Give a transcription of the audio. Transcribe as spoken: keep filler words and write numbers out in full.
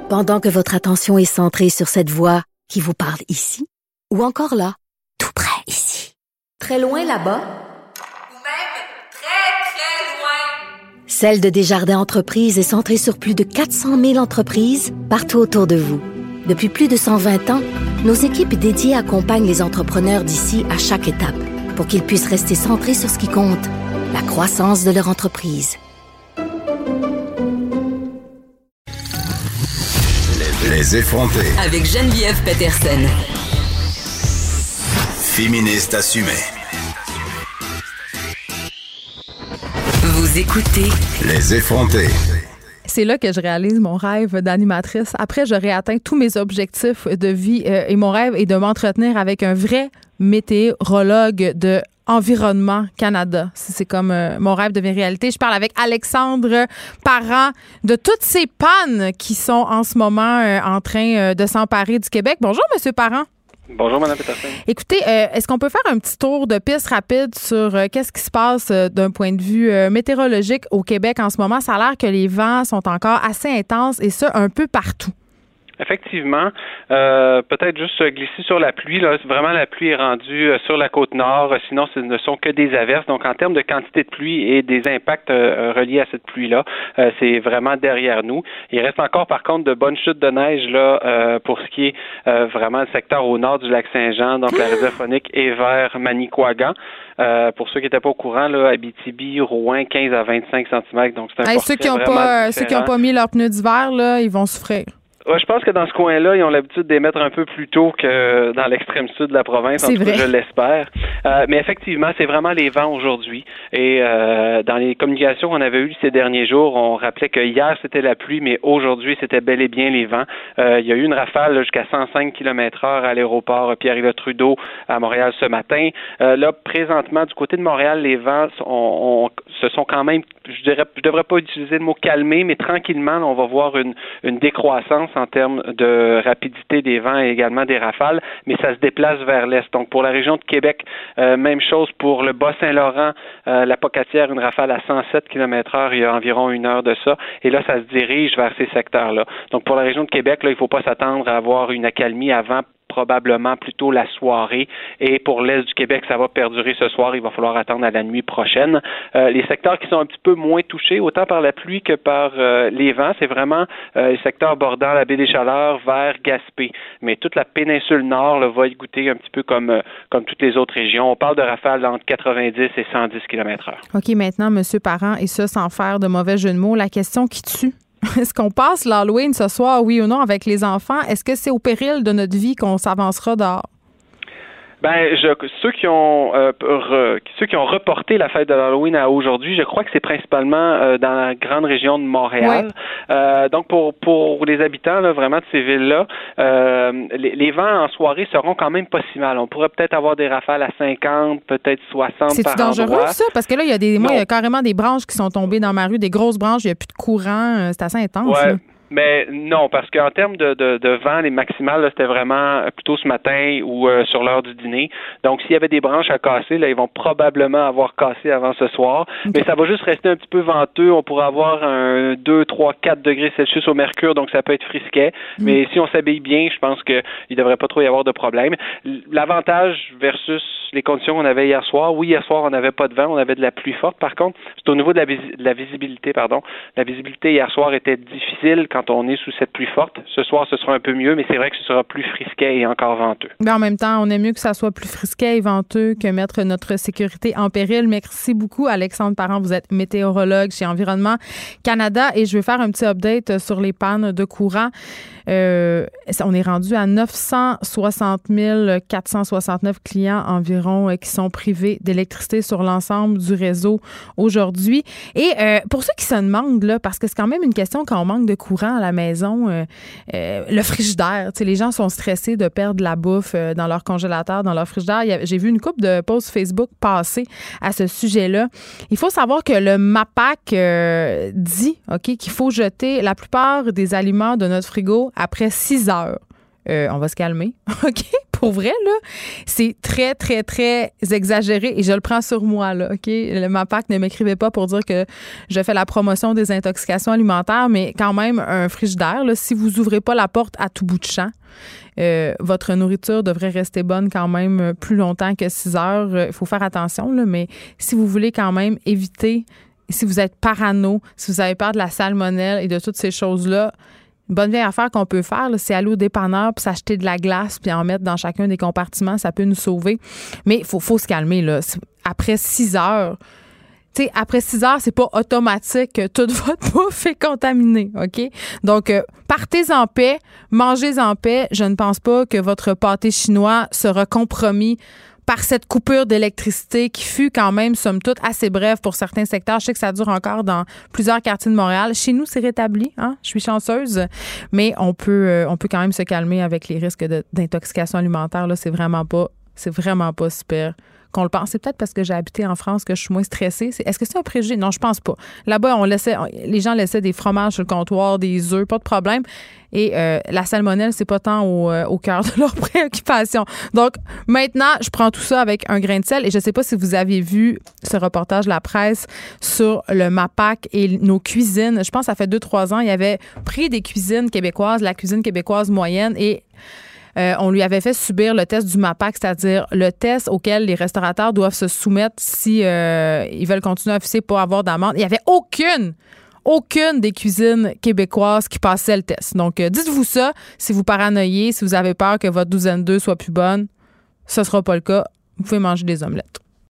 Pendant que votre attention est centrée sur cette voix qui vous parle ici, ou encore là, tout près ici, très loin là-bas, ou même très, très loin. Celle de Desjardins Entreprises est centrée sur plus de quatre cent mille entreprises partout autour de vous. Depuis plus de cent vingt ans, nos équipes dédiées accompagnent les entrepreneurs d'ici à chaque étape pour qu'ils puissent rester centrés sur ce qui compte, la croissance de leur entreprise. Les effrontés. Avec Geneviève Peterson. Féministe assumée. Vous écoutez Les effrontés. C'est là que je réalise mon rêve d'animatrice. Après, j'aurai atteint tous mes objectifs de vie euh, et mon rêve est de m'entretenir avec un vrai météorologue de Environnement Canada. C'est comme euh, mon rêve devient réalité. Je parle avec Alexandre Parent de toutes ces pannes qui sont en ce moment euh, en train euh, de s'emparer du Québec. Bonjour, Monsieur Parent. Bonjour, Mme Peterson. Écoutez, euh, est-ce qu'on peut faire un petit tour de piste rapide sur euh, qu'est-ce qui se passe euh, d'un point de vue euh, météorologique au Québec en ce moment? Ça a l'air que les vents sont encore assez intenses et ça un peu partout. Effectivement, euh, peut-être juste glisser sur la pluie. Là, vraiment, la pluie est rendue euh, sur la côte nord. Sinon, ce ne sont que des averses. Donc, en termes de quantité de pluie et des impacts euh, reliés à cette pluie-là, euh, c'est vraiment derrière nous. Il reste encore, par contre, de bonnes chutes de neige là euh, pour ce qui est euh, vraiment le secteur au nord du lac Saint-Jean, donc la réserve phonique et vers Manicouagan. Euh, pour ceux qui n'étaient pas au courant, là, Abitibi, Rouen, quinze à vingt-cinq centimètres. Donc, c'est un hey, portrait ceux qui ont vraiment pas, différent. ceux qui n'ont pas mis leurs pneus d'hiver, là, ils vont souffrir. Ouais, je pense que dans ce coin-là, ils ont l'habitude d'émettre un peu plus tôt que dans l'extrême sud de la province. C'est en tout vrai. cas, je l'espère. Euh, mais effectivement, c'est vraiment les vents aujourd'hui. Et euh, dans les communications qu'on avait eues ces derniers jours, on rappelait que hier, c'était la pluie, mais aujourd'hui, c'était bel et bien les vents. Euh, il y a eu une rafale là, jusqu'à cent cinq kilomètres heure à l'aéroport Pierre-Éliott Trudeau à Montréal ce matin. Euh, là, présentement, du côté de Montréal, les vents on, on, se sont quand même, je dirais, je devrais pas utiliser le mot calmer, mais tranquillement, là, on va voir une, une décroissance en termes de rapidité des vents et également des rafales, mais ça se déplace vers l'est. Donc, pour la région de Québec, euh, même chose pour le Bas-Saint-Laurent, euh, la Pocatière, une rafale à cent sept kilomètres heure il y a environ une heure de ça, et là, ça se dirige vers ces secteurs-là. Donc, pour la région de Québec, là, il ne faut pas s'attendre à avoir une accalmie avant probablement plutôt la soirée. Et pour l'Est du Québec, ça va perdurer ce soir. Il va falloir attendre à la nuit prochaine. Euh, les secteurs qui sont un petit peu moins touchés, autant par la pluie que par euh, les vents, c'est vraiment euh, les secteurs bordant la baie des Chaleurs vers Gaspé. Mais toute la péninsule nord là, va y goûter un petit peu comme, euh, comme toutes les autres régions. On parle de rafales entre quatre-vingt-dix et cent dix kilomètres heure. OK, maintenant, M. Parent, et ça, sans faire de mauvais jeu de mots, la question qui tue. Est-ce qu'on passe l'Halloween ce soir, oui ou non, avec les enfants? Est-ce que c'est au péril de notre vie qu'on s'avancera dehors? Ben, je, ceux qui ont euh, re, ceux qui ont reporté la fête de l'Halloween à aujourd'hui, je crois que c'est principalement euh, dans la grande région de Montréal. Ouais. Euh, donc pour pour les habitants là, vraiment de ces villes-là, euh, les, les vents en soirée seront quand même pas si mal. On pourrait peut-être avoir des rafales à cinquante, peut-être soixante C'est-tu par dangereux endroit. ça? Parce que là, il y a des, moi, il y a carrément des branches qui sont tombées dans ma rue, des grosses branches, il n'y a plus de courant, c'est assez intense. Ouais. Là. Mais non, parce qu'en termes de, de, de vent, les maximales, là, c'était vraiment plutôt ce matin ou euh, sur l'heure du dîner. Donc, s'il y avait des branches à casser, là, ils vont probablement avoir cassé avant ce soir. Okay. Mais ça va juste rester un petit peu venteux. On pourrait avoir un deux, trois, quatre degrés Celsius au mercure, donc ça peut être frisquet. Mm. Mais si on s'habille bien, je pense qu'il ne devrait pas trop y avoir de problème. L'avantage versus les conditions qu'on avait hier soir, oui, hier soir, on n'avait pas de vent, on avait de la pluie forte. Par contre, c'est au niveau de la, vis- de la visibilité, pardon. La visibilité hier soir était difficile quand on est sous cette pluie forte. Ce soir, ce sera un peu mieux, mais c'est vrai que ce sera plus frisquet et encore venteux. Mais en même temps, on aime mieux que ça soit plus frisquet et venteux que mettre notre sécurité en péril. Merci beaucoup, Alexandre Parent. Vous êtes météorologue chez Environnement Canada et je vais faire un petit update sur les pannes de courant. Euh, on est rendu à neuf cent soixante mille quatre cent soixante-neuf clients environ euh, qui sont privés d'électricité sur l'ensemble du réseau aujourd'hui. Et euh, pour ceux qui se demandent, là, parce que c'est quand même une question quand on manque de courant à la maison, euh, euh, le frigidaire, tu sais, les gens sont stressés de perdre la bouffe euh, dans leur congélateur, dans leur frigidaire. Il y a, j'ai vu une couple de posts Facebook passer à ce sujet-là. Il faut savoir que le MAPAC euh, dit, OK, qu'il faut jeter la plupart des aliments de notre frigo après six heures. Euh, on va se calmer, OK? pour vrai, là, c'est très, très, très exagéré et je le prends sur moi, là, OK? Le MAPAC ne m'écrivait pas pour dire que je fais la promotion des intoxications alimentaires, mais quand même, un frigidaire, là, si vous ouvrez pas la porte à tout bout de champ, euh, votre nourriture devrait rester bonne quand même plus longtemps que six heures. Il faut faire attention, là, mais si vous voulez quand même éviter, si vous êtes parano, si vous avez peur de la salmonelle et de toutes ces choses-là, une bonne vieille affaire qu'on peut faire, là, c'est aller au dépanneur puis s'acheter de la glace puis en mettre dans chacun des compartiments. Ça peut nous sauver. Mais il faut, faut se calmer. Là. Après six heures, tu sais, après six heures, c'est pas automatique que toute votre bouffe est contaminée. OK? Donc, euh, partez en paix, mangez en paix. Je ne pense pas que votre pâté chinois sera compromis par cette coupure d'électricité qui fut quand même, somme toute, assez brève pour certains secteurs. Je sais que ça dure encore dans plusieurs quartiers de Montréal. Chez nous, c'est rétabli. Hein? Je suis chanceuse. Mais on peut, euh, on peut quand même se calmer avec les risques de, d'intoxication alimentaire. Là, c'est vraiment pas, c'est vraiment pas super qu'on le pense. C'est peut-être parce que j'ai habité en France que je suis moins stressée. C'est, est-ce que c'est un préjugé? Non, je pense pas. Là-bas, on laissait, on, les gens laissaient des fromages sur le comptoir, des œufs, pas de problème. Et euh, la salmonelle, c'est pas tant au, euh, au cœur de leurs préoccupations. Donc, maintenant, je prends tout ça avec un grain de sel. Et je sais pas si vous avez vu ce reportage de la presse sur le MAPAC et nos cuisines. Je pense que ça fait deux, trois ans, il avait pris des cuisines québécoises, la cuisine québécoise moyenne, et Euh, on lui avait fait subir le test du MAPAC, c'est-à-dire le test auquel les restaurateurs doivent se soumettre si euh, ils veulent continuer à officier pour avoir d'amende. Il n'y avait aucune, aucune des cuisines québécoises qui passait le test. Donc, euh, dites-vous ça si vous paranoïez, si vous avez peur que votre douzaine d'œufs soit plus bonne. Ce ne sera pas le cas. Vous pouvez manger des omelettes.